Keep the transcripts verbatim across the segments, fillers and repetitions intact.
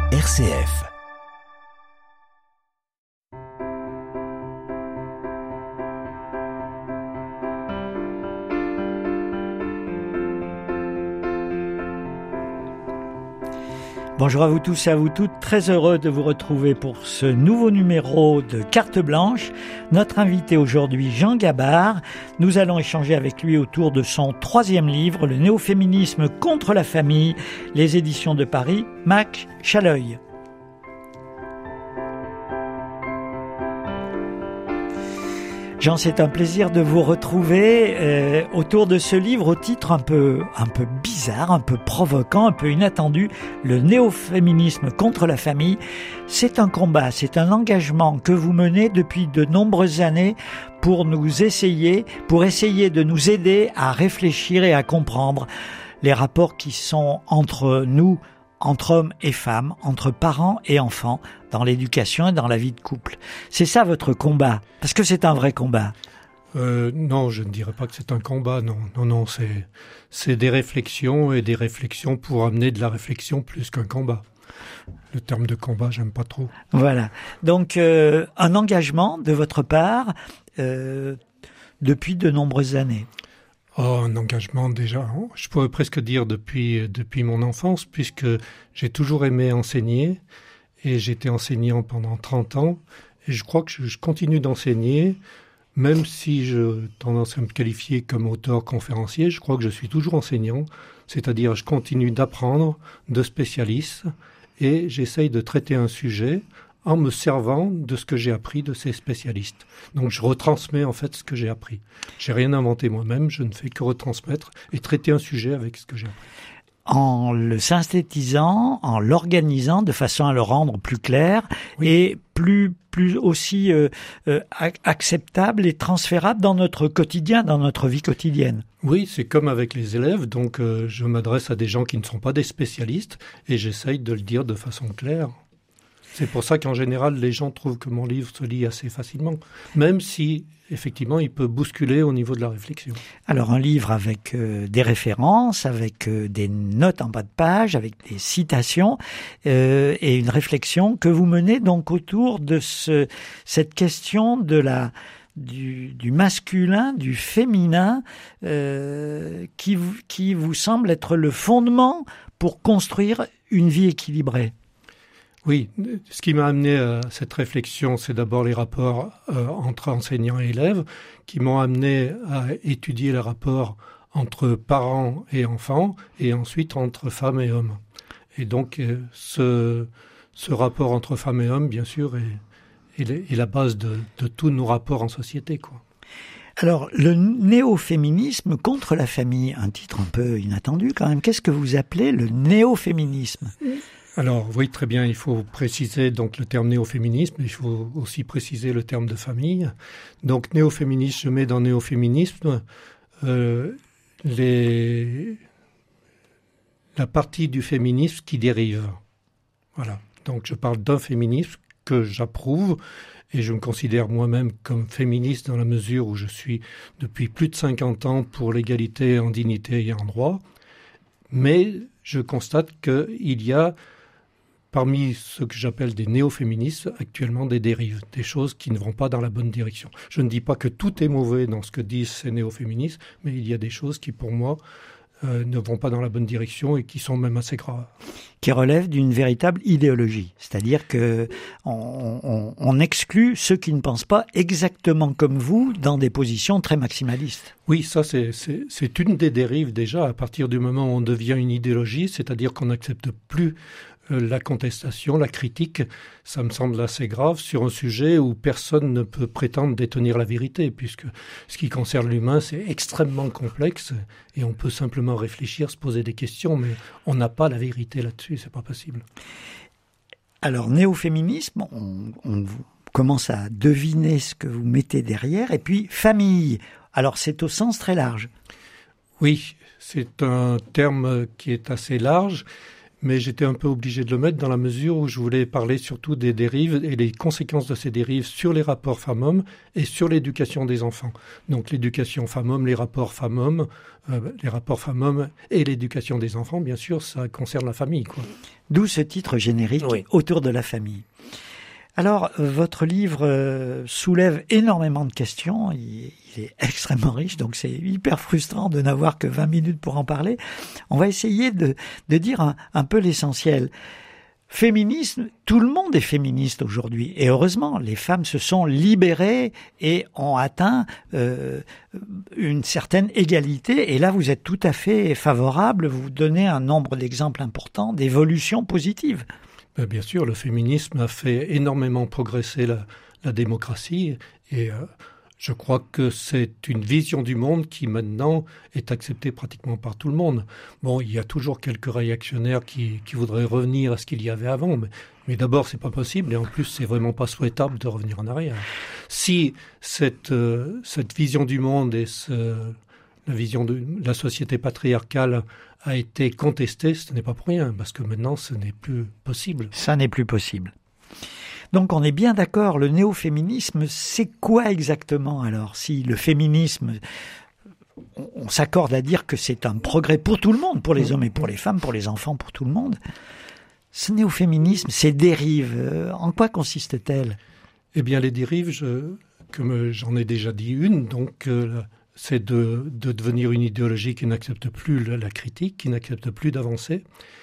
R C F. Bonjour à vous tous et à vous toutes, très heureux de vous retrouver pour ce nouveau numéro de Carte Blanche. Notre invité aujourd'hui, Jean Gabart. Nous allons échanger avec lui autour de son troisième livre, Le néo-féminisme contre la famille, les éditions de Paris, Mac Chaleuil. Jean, c'est un plaisir de vous retrouver euh, autour de ce livre au titre un peu, un peu bizarre, un peu provoquant, un peu inattendu, Le néo-féminisme contre la famille. C'est un combat, c'est un engagement que vous menez depuis de nombreuses années pour nous essayer, pour essayer de nous aider à réfléchir et à comprendre les rapports qui sont entre nous, entre hommes et femmes, entre parents et enfants, dans l'éducation et dans la vie de couple. C'est ça votre combat, parce que c'est un vrai combat. Euh, non, je ne dirais pas que c'est un combat, non. Non, non, c'est, c'est des réflexions et des réflexions pour amener de la réflexion plus qu'un combat. Le terme de combat, j'aime pas trop. Voilà. Donc, euh, un engagement de votre part euh, depuis de nombreuses années. Oh, un engagement déjà, je pourrais presque dire depuis, depuis mon enfance, puisque j'ai toujours aimé enseigner et j'étais enseignant pendant trente ans et je crois que je, je continue d'enseigner, même si je tendance à me qualifier comme auteur conférencier, je crois que je suis toujours enseignant, c'est-à-dire je continue d'apprendre de spécialistes et j'essaye de traiter un sujet en me servant de ce que j'ai appris de ces spécialistes. Donc je retransmets en fait ce que j'ai appris. J'ai rien inventé moi-même, je ne fais que retransmettre et traiter un sujet avec ce que j'ai appris. En le synthétisant, en l'organisant de façon à le rendre plus clair oui. et plus plus aussi euh, euh, acceptable et transférable dans notre quotidien, dans notre vie quotidienne. Oui, c'est comme avec les élèves, donc euh, je m'adresse à des gens qui ne sont pas des spécialistes et j'essaye de le dire de façon claire. C'est pour ça qu'en général, les gens trouvent que mon livre se lit assez facilement, même si, effectivement, il peut bousculer au niveau de la réflexion. Alors, un livre avec euh, des références, avec euh, des notes en bas de page, avec des citations euh, et une réflexion que vous menez donc autour de ce, cette question de la... Du, du masculin, du féminin, euh, qui, vous, qui vous semble être le fondement pour construire une vie équilibrée. Oui, ce qui m'a amené à cette réflexion, c'est d'abord les rapports euh, entre enseignants et élèves, qui m'ont amené à étudier les rapports entre parents et enfants, et ensuite entre femmes et hommes. Et donc, euh, ce, ce rapport entre femmes et hommes, bien sûr, est, est, est la base de, de tous nos rapports en société, quoi. Alors, le néo-féminisme contre la famille, un titre un peu inattendu quand même. Qu'est-ce que vous appelez le néo-féminisme ? Alors, oui, très bien, il faut préciser donc le terme néo-féminisme, il faut aussi préciser le terme de famille. Donc, néo-féminisme, je mets dans néo-féminisme euh, les... la partie du féminisme qui dérive. Voilà, donc je parle d'un féminisme que j'approuve et je me considère moi-même comme féministe dans la mesure où je suis depuis plus de cinquante ans pour l'égalité en dignité et en droit. Mais je constate qu'il y a parmi ce que j'appelle des néo-féministes, actuellement des dérives, des choses qui ne vont pas dans la bonne direction. Je ne dis pas que tout est mauvais dans ce que disent ces néo-féministes, mais il y a des choses qui, pour moi, euh, ne vont pas dans la bonne direction et qui sont même assez graves. Qui relèvent d'une véritable idéologie, c'est-à-dire que on, on, on exclut ceux qui ne pensent pas exactement comme vous dans des positions très maximalistes. Oui, ça c'est, c'est, c'est une des dérives déjà, à partir du moment où on devient une idéologie, c'est-à-dire qu'on n'accepte plus la contestation, la critique, ça me semble assez grave sur un sujet où personne ne peut prétendre détenir la vérité, puisque ce qui concerne l'humain, c'est extrêmement complexe et on peut simplement réfléchir, se poser des questions, mais on n'a pas la vérité là-dessus, c'est pas possible. Alors, néo-féminisme, on, on commence à deviner ce que vous mettez derrière, et puis famille. Alors, c'est au sens très large. Oui, c'est un terme qui est assez large. mais j'étais un peu obligé de le mettre dans la mesure où je voulais parler surtout des dérives et les conséquences de ces dérives sur les rapports femmes-hommes et sur l'éducation des enfants. Donc l'éducation femmes-hommes, les rapports femmes-hommes, euh, les rapports femmes-hommes et l'éducation des enfants, bien sûr, ça concerne la famille, quoi. D'où ce titre générique, oui. Autour de la famille. Alors, votre livre euh, soulève énormément de questions, il, il est extrêmement riche, donc c'est hyper frustrant de n'avoir que vingt minutes pour en parler. On va essayer de, de dire un, un peu l'essentiel. Féminisme, tout le monde est féministe aujourd'hui, et heureusement, les femmes se sont libérées et ont atteint euh, une certaine égalité, et là vous êtes tout à fait favorable, vous donnez un nombre d'exemples importants d'évolutions positives. Bien sûr, le féminisme a fait énormément progresser la, la démocratie et euh, je crois que c'est une vision du monde qui maintenant est acceptée pratiquement par tout le monde. Bon, il y a toujours quelques réactionnaires qui, qui voudraient revenir à ce qu'il y avait avant, mais, mais d'abord c'est pas possible et en plus c'est vraiment pas souhaitable de revenir en arrière. Si cette, euh, cette vision du monde et ce, la vision de la société patriarcale a été contesté, ce n'est pas pour rien, parce que maintenant, ce n'est plus possible. Ça n'est plus possible. Donc, on est bien d'accord, le néo-féminisme, c'est quoi exactement alors? Si le féminisme, on, on s'accorde à dire que c'est un progrès pour tout le monde, pour les hommes et pour les femmes, pour les enfants, pour tout le monde, ce néo-féminisme, ces dérives, en quoi consistent-elles? Eh bien, les dérives, je, comme j'en ai déjà dit une, donc... Euh, c'est de, de devenir une idéologie qui n'accepte plus la critique, qui n'accepte plus d'avancer.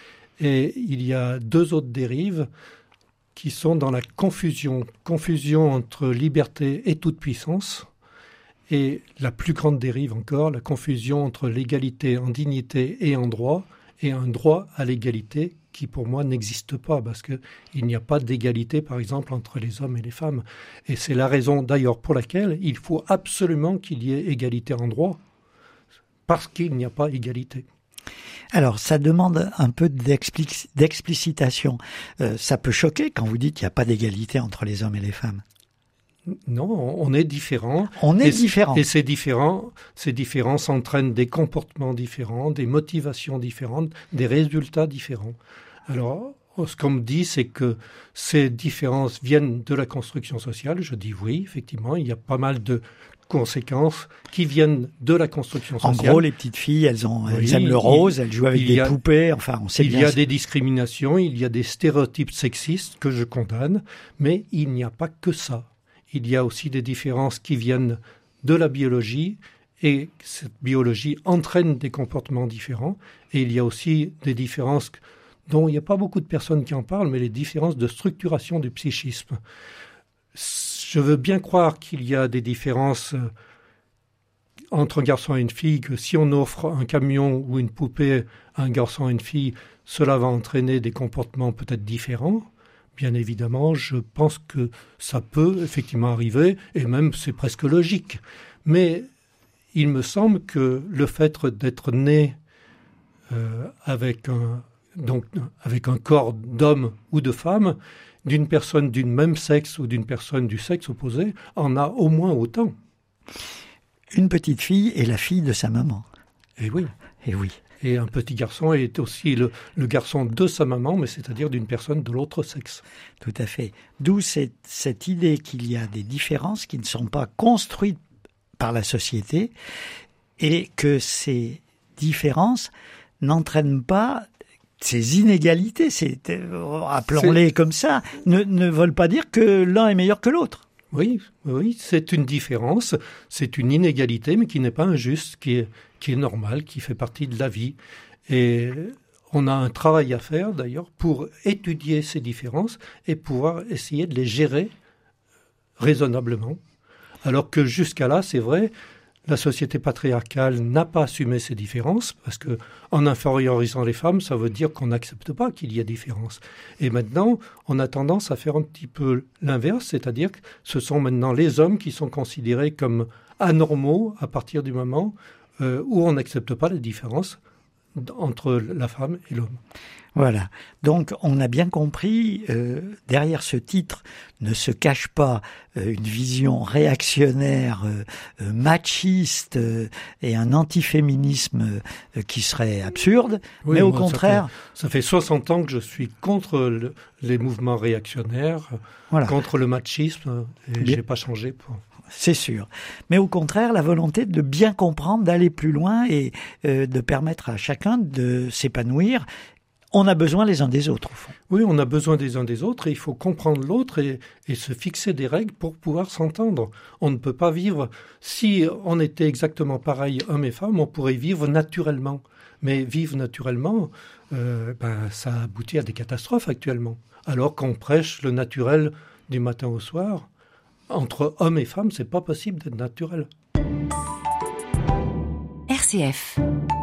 Et il y a deux autres dérives qui sont dans la confusion. Confusion entre liberté et toute puissance. Et la plus grande dérive encore, la confusion entre l'égalité en dignité et en droit, et un droit à l'égalité qui pour moi n'existe pas, parce qu'il n'y a pas d'égalité, par exemple, entre les hommes et les femmes. Et c'est la raison d'ailleurs pour laquelle il faut absolument qu'il y ait égalité en droit, parce qu'il n'y a pas égalité. Alors, ça demande un peu d'explic- d'explicitation. Euh, ça peut choquer quand vous dites qu'il n'y a pas d'égalité entre les hommes et les femmes. Non, on est différents. On est et différents. Et ces différents, ces différences entraînent des comportements différents, des motivations différentes, des résultats différents. Alors, ce qu'on me dit, c'est que ces différences viennent de la construction sociale. Je dis oui, effectivement, il y a pas mal de conséquences qui viennent de la construction sociale. En gros, les petites filles, elles, ont, elles oui, aiment le rose, elles jouent avec des a, poupées, enfin, on sait il bien... Il y a des discriminations, il y a des stéréotypes sexistes que je condamne, mais il n'y a pas que ça. Il y a aussi des différences qui viennent de la biologie et cette biologie entraîne des comportements différents. Et il y a aussi des différences dont il n'y a pas beaucoup de personnes qui en parlent, mais les différences de structuration du psychisme. Je veux bien croire qu'il y a des différences entre un garçon et une fille, que si on offre un camion ou une poupée à un garçon et une fille, cela va entraîner des comportements peut-être différents. Bien évidemment, je pense que ça peut effectivement arriver, et même c'est presque logique. Mais il me semble que le fait d'être né euh, avec, un, donc, avec un corps d'homme ou de femme, d'une personne d'une même sexe ou d'une personne du sexe opposé, en a au moins autant. Une petite fille est la fille de sa maman. Eh oui. Eh oui. Et un petit garçon est aussi le, le garçon de sa maman, mais c'est-à-dire d'une personne de l'autre sexe. Tout à fait. D'où cette, cette idée qu'il y a des différences qui ne sont pas construites par la société et que ces différences n'entraînent pas ces inégalités, ces, appelons-les comme ça, ne, ne veulent pas dire que l'un est meilleur que l'autre. Oui, oui, c'est une différence, c'est une inégalité, mais qui n'est pas injuste, qui est, qui est normale, qui fait partie de la vie. Et on a un travail à faire, d'ailleurs, pour étudier ces différences et pouvoir essayer de les gérer raisonnablement. Alors que jusqu'à là, c'est vrai, la société patriarcale n'a pas assumé ces différences, parce que en infériorisant les femmes, ça veut dire qu'on n'accepte pas qu'il y ait différence. Et maintenant, on a tendance à faire un petit peu l'inverse, c'est-à-dire que ce sont maintenant les hommes qui sont considérés comme anormaux à partir du moment euh, où on n'accepte pas la différence entre la femme et l'homme. Voilà. Donc, on a bien compris, euh, derrière ce titre ne se cache pas euh, une vision réactionnaire, euh, euh, machiste euh, et un antiféminisme euh, qui serait absurde, oui, mais au moi, contraire... Ça fait, ça fait soixante ans que je suis contre le, les mouvements réactionnaires, voilà. contre le machisme, et bien. je n'ai pas changé pour... C'est sûr. Mais au contraire, la volonté de bien comprendre, d'aller plus loin et euh, de permettre à chacun de s'épanouir. On a besoin les uns des autres, au fond. Oui, on a besoin des uns des autres et il faut comprendre l'autre et, et se fixer des règles pour pouvoir s'entendre. On ne peut pas vivre... Si on était exactement pareil, hommes et femmes, on pourrait vivre naturellement. Mais vivre naturellement, euh, ben, ça aboutit à des catastrophes actuellement. Alors qu'on prêche le naturel du matin au soir, entre hommes et femmes, c'est pas possible d'être naturel. R C F.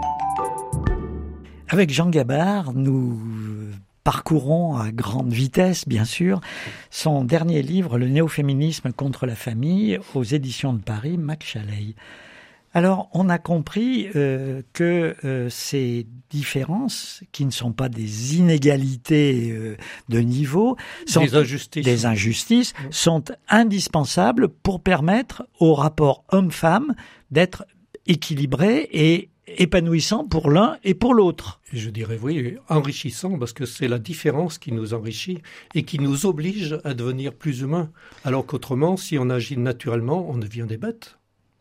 Avec Jean Gabart, nous parcourons à grande vitesse, bien sûr, son dernier livre, Le néo-féminisme contre la famille, aux éditions de Paris, Mac Chaleil. Alors, on a compris euh, que euh, ces différences, qui ne sont pas des inégalités euh, de niveau, sont des injustices, des injustices mmh. sont indispensables pour permettre au rapport homme-femme d'être équilibré et épanouissant pour l'un et pour l'autre. Et je dirais oui, enrichissant, parce que c'est la différence qui nous enrichit et qui nous oblige à devenir plus humains. Alors qu'autrement, si on agit naturellement, on devient des bêtes.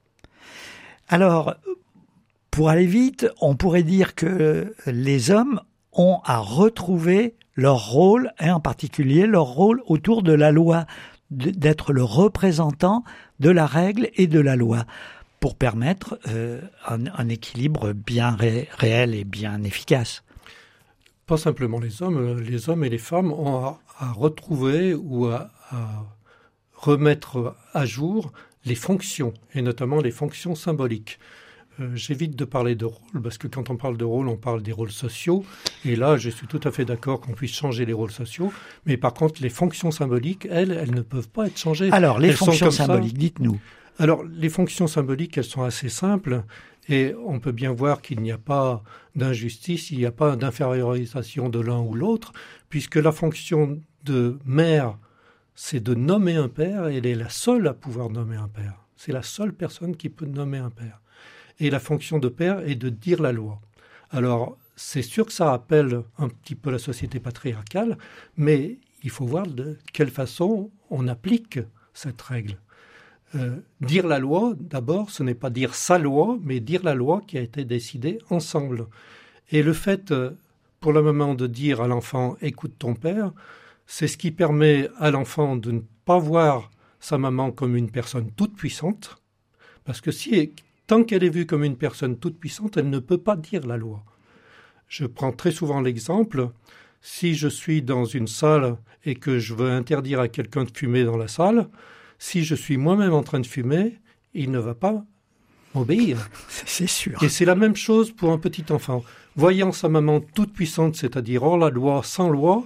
Alors, pour aller vite, on pourrait dire que les hommes ont à retrouver leur rôle, et en particulier leur rôle autour de la loi, d'être le représentant de la règle et de la loi, pour permettre euh, un, un équilibre bien ré, réel et bien efficace. Pas simplement les hommes, les hommes et les femmes ont à, à retrouver ou à, à remettre à jour les fonctions, et notamment les fonctions symboliques. Euh, j'évite de parler de rôle, parce que quand on parle de rôle, on parle des rôles sociaux, et là, je suis tout à fait d'accord qu'on puisse changer les rôles sociaux, mais par contre, les fonctions symboliques, elles, elles ne peuvent pas être changées. Alors, les elles fonctions symboliques, dites-nous. Alors, les fonctions symboliques, elles sont assez simples, et on peut bien voir qu'il n'y a pas d'injustice, il n'y a pas d'infériorisation de l'un ou l'autre, puisque la fonction de mère, c'est de nommer un père, et elle est la seule à pouvoir nommer un père. C'est la seule personne qui peut nommer un père. Et la fonction de père est de dire la loi. Alors, c'est sûr que ça rappelle un petit peu la société patriarcale, mais il faut voir de quelle façon on applique cette règle. Euh, dire la loi, d'abord, ce n'est pas dire sa loi, mais dire la loi qui a été décidée ensemble. Et le fait, pour la maman, de dire à l'enfant « écoute ton père », c'est ce qui permet à l'enfant de ne pas voir sa maman comme une personne toute puissante, parce que si, tant qu'elle est vue comme une personne toute puissante, elle ne peut pas dire la loi. Je prends très souvent l'exemple, si je suis dans une salle et que je veux interdire à quelqu'un de fumer dans la salle, si je suis moi-même en train de fumer, il ne va pas m'obéir. C'est sûr. Et c'est la même chose pour un petit enfant. Voyant sa maman toute puissante, c'est-à-dire hors la loi, sans loi,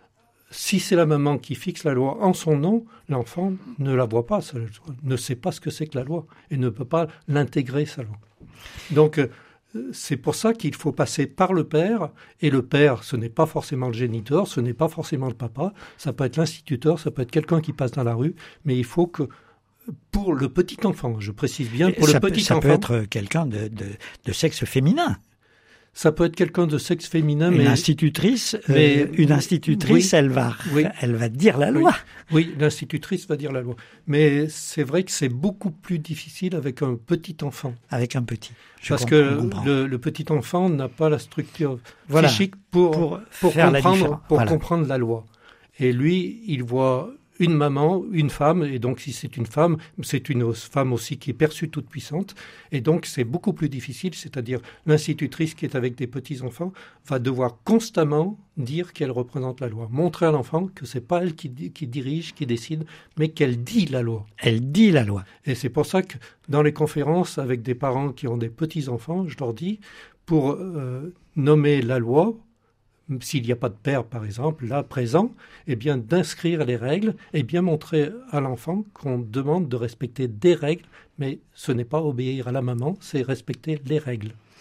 si c'est la maman qui fixe la loi en son nom, l'enfant ne la voit pas, ne sait pas ce que c'est que la loi et ne peut pas l'intégrer, sa loi. Donc, c'est pour ça qu'il faut passer par le père, et le père, ce n'est pas forcément le géniteur, ce n'est pas forcément le papa, ça peut être l'instituteur, ça peut être quelqu'un qui passe dans la rue, mais il faut que, pour le petit enfant, je précise bien, pour ça le peut, petit ça enfant... Ça peut être quelqu'un de, de, de sexe féminin. Ça peut être quelqu'un de sexe féminin, une mais... Institutrice, mais euh, une institutrice, oui, elle, va, oui, elle va dire la loi. Oui, oui, l'institutrice va dire la loi. Mais c'est vrai que c'est beaucoup plus difficile avec un petit enfant. Avec un petit. Je Parce comprends, que le, le petit enfant n'a pas la structure voilà, psychique pour, pour, pour, faire comprendre, la pour voilà. comprendre la loi. Et lui, il voit une maman, une femme, et donc si c'est une femme, c'est une femme aussi qui est perçue toute puissante, et donc c'est beaucoup plus difficile, c'est-à-dire l'institutrice qui est avec des petits-enfants va devoir constamment dire qu'elle représente la loi, montrer à l'enfant que c'est pas elle qui, qui dirige, qui décide, mais qu'elle dit la loi. Elle dit la loi. Et c'est pour ça que dans les conférences avec des parents qui ont des petits-enfants, je leur dis, pour euh, nommer la loi, s'il n'y a pas de père, par exemple, là, présent, eh bien, d'inscrire les règles et bien montrer à l'enfant qu'on demande de respecter des règles, mais ce n'est pas obéir à la maman, c'est respecter les règles.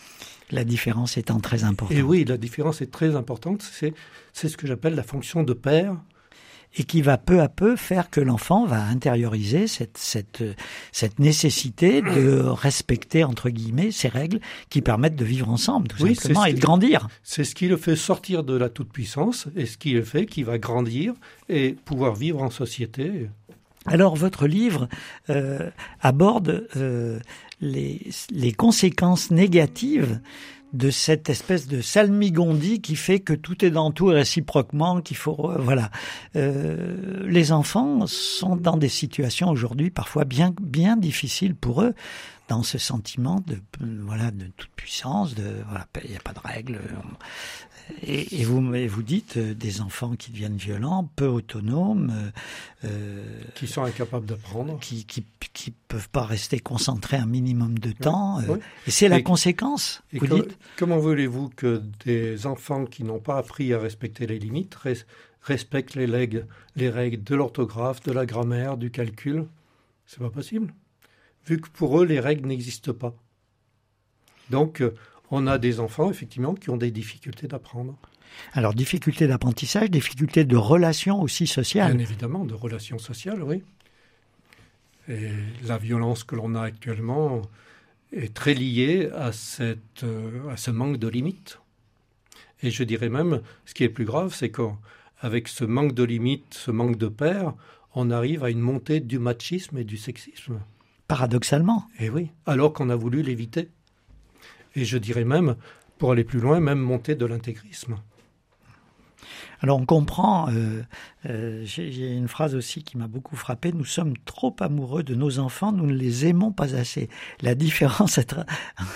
La différence étant très importante. Et oui, la différence est très importante. C'est, c'est ce que j'appelle la fonction de père. Et qui va peu à peu faire que l'enfant va intérioriser cette, cette, cette nécessité de respecter, entre guillemets, ces règles qui permettent de vivre ensemble, tout oui, simplement, et de qui, grandir. C'est ce qui le fait sortir de la toute-puissance et ce qui le fait qu'il va grandir et pouvoir vivre en société. Alors, votre livre euh, aborde euh, les, les conséquences négatives de cette espèce de salmigondie qui fait que tout est dans tout réciproquement, qu'il faut... Euh, voilà. Euh, les enfants sont dans des situations aujourd'hui parfois bien, bien difficiles pour eux, dans ce sentiment de, voilà, de toute puissance, de voilà, il n'y a pas de règles. Et, et, vous, et vous dites euh, des enfants qui deviennent violents, peu autonomes, euh, qui sont incapables d'apprendre, qui qui qui peuvent pas rester concentrés un minimum de temps. Oui, euh, oui. Et c'est la et, conséquence. Et vous com- dites. Comment voulez-vous que des enfants qui n'ont pas appris à respecter les limites res- respectent les règles, les règles de l'orthographe, de la grammaire, du calcul? C'est pas possible, vu que pour eux les règles n'existent pas. Donc euh, on a des enfants, effectivement, qui ont des difficultés d'apprendre. Alors, difficultés d'apprentissage, difficultés de relations aussi sociales. Bien évidemment, de relations sociales, oui. Et la violence que l'on a actuellement est très liée à, cette, euh, à ce manque de limites. Et je dirais même, ce qui est plus grave, c'est qu'avec ce manque de limites, ce manque de pères, on arrive à une montée du machisme et du sexisme. Paradoxalement. Et oui, alors qu'on a voulu l'éviter. Et je dirais même, pour aller plus loin, même monter de l'intégrisme. Alors on comprend, euh, euh, j'ai, j'ai une phrase aussi qui m'a beaucoup frappé, nous sommes trop amoureux de nos enfants, nous ne les aimons pas assez. La différence, est, euh,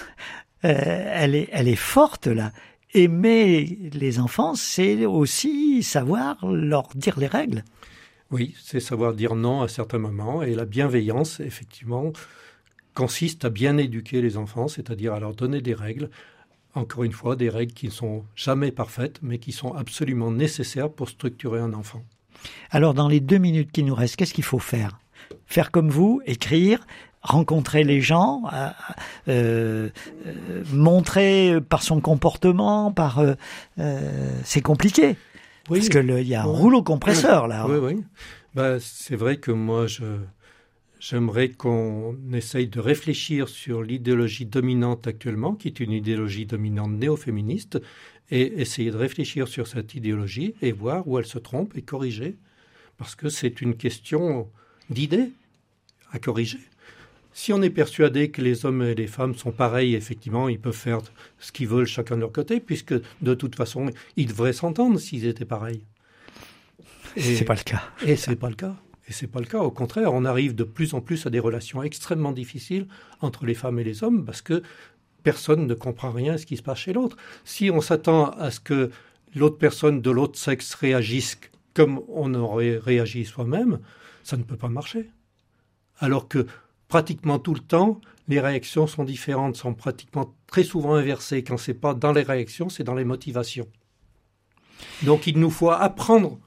elle, est, elle est forte là. Aimer les enfants, c'est aussi savoir leur dire les règles. Oui, c'est savoir dire non à certains moments. Et la bienveillance, effectivement, consiste à bien éduquer les enfants, c'est-à-dire à leur donner des règles. Encore une fois, des règles qui ne sont jamais parfaites, mais qui sont absolument nécessaires pour structurer un enfant. Alors, dans les deux minutes qui nous restent, qu'est-ce qu'il faut faire ? Faire comme vous, écrire, rencontrer les gens, euh, euh, montrer par son comportement, par euh, euh, c'est compliqué. Oui, parce qu'il y a un oui. rouleau compresseur, là. Oui, oui. Ben, c'est vrai que moi, je... J'aimerais qu'on essaye de réfléchir sur l'idéologie dominante actuellement, qui est une idéologie dominante néo-féministe, et essayer de réfléchir sur cette idéologie et voir où elle se trompe et corriger, parce que c'est une question d'idées à corriger. Si on est persuadé que les hommes et les femmes sont pareils, effectivement, ils peuvent faire ce qu'ils veulent chacun de leur côté, puisque de toute façon, ils devraient s'entendre s'ils étaient pareils. Et c'est pas le cas. Et c'est pas le cas. Et ce n'est pas le cas. Au contraire, on arrive de plus en plus à des relations extrêmement difficiles entre les femmes et les hommes parce que personne ne comprend rien à ce qui se passe chez l'autre. Si on s'attend à ce que l'autre personne de l'autre sexe réagisse comme on aurait réagi soi-même, ça ne peut pas marcher. Alors que pratiquement tout le temps, les réactions sont différentes, sont pratiquement très souvent inversées. Quand ce n'est pas dans les réactions, c'est dans les motivations. Donc il nous faut apprendre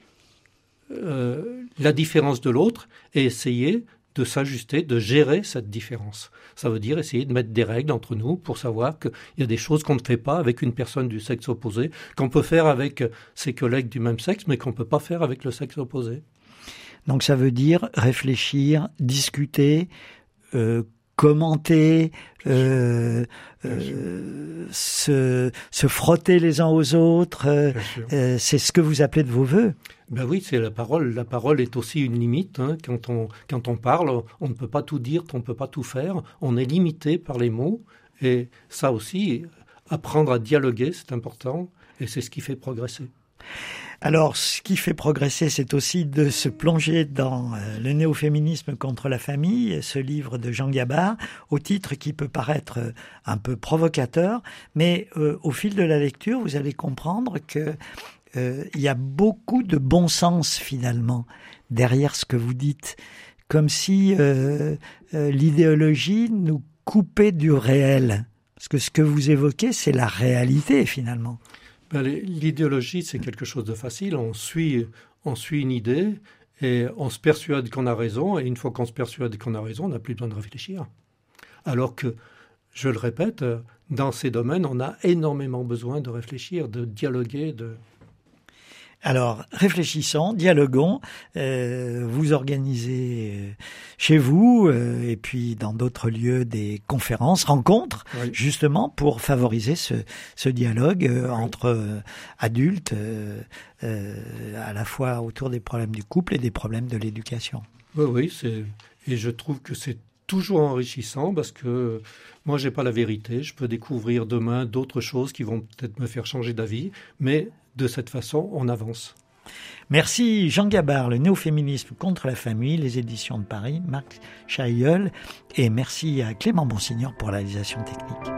Euh, la différence de l'autre et essayer de s'ajuster, de gérer cette différence. Ça veut dire essayer de mettre des règles entre nous pour savoir qu'il y a des choses qu'on ne fait pas avec une personne du sexe opposé, qu'on peut faire avec ses collègues du même sexe, mais qu'on ne peut pas faire avec le sexe opposé. Donc ça veut dire réfléchir, discuter, euh, commenter, euh, euh, se, se frotter les uns aux autres. Euh, euh, c'est ce que vous appelez de vos voeux. Ben oui, c'est la parole. La parole est aussi une limite. Hein. Quand on, quand on parle, on ne peut pas tout dire, on ne peut pas tout faire. On est limité par les mots. Et ça aussi, apprendre à dialoguer, c'est important. Et c'est ce qui fait progresser. Alors, ce qui fait progresser, c'est aussi de se plonger dans euh, le néo-féminisme contre la famille, ce livre de Jean Gabart, au titre qui peut paraître euh, un peu provocateur, mais euh, au fil de la lecture, vous allez comprendre que euh, il y a beaucoup de bon sens finalement derrière ce que vous dites, comme si euh, euh, l'idéologie nous coupait du réel, parce que ce que vous évoquez, c'est la réalité finalement. Ben, l'idéologie, c'est quelque chose de facile. On suit, on suit une idée et on se persuade qu'on a raison. Et une fois qu'on se persuade qu'on a raison, on n'a plus besoin de réfléchir. Alors que je le répète, dans ces domaines, on a énormément besoin de réfléchir, de dialoguer, de... Alors, réfléchissons, dialoguons, euh, vous organisez euh, chez vous euh, et puis dans d'autres lieux des conférences, rencontres, oui. justement pour favoriser ce, ce dialogue euh, oui. entre euh, adultes, euh, euh, à la fois autour des problèmes du couple et des problèmes de l'éducation. Oui, oui, c'est... et je trouve que c'est toujours enrichissant parce que moi, j'ai pas la vérité. Je peux découvrir demain d'autres choses qui vont peut-être me faire changer d'avis, mais de cette façon, on avance. Merci Jean Gabard, le néo-féminisme contre la famille, les éditions de Paris, Marc Chailleul, et merci à Clément Bonsignor pour la réalisation technique.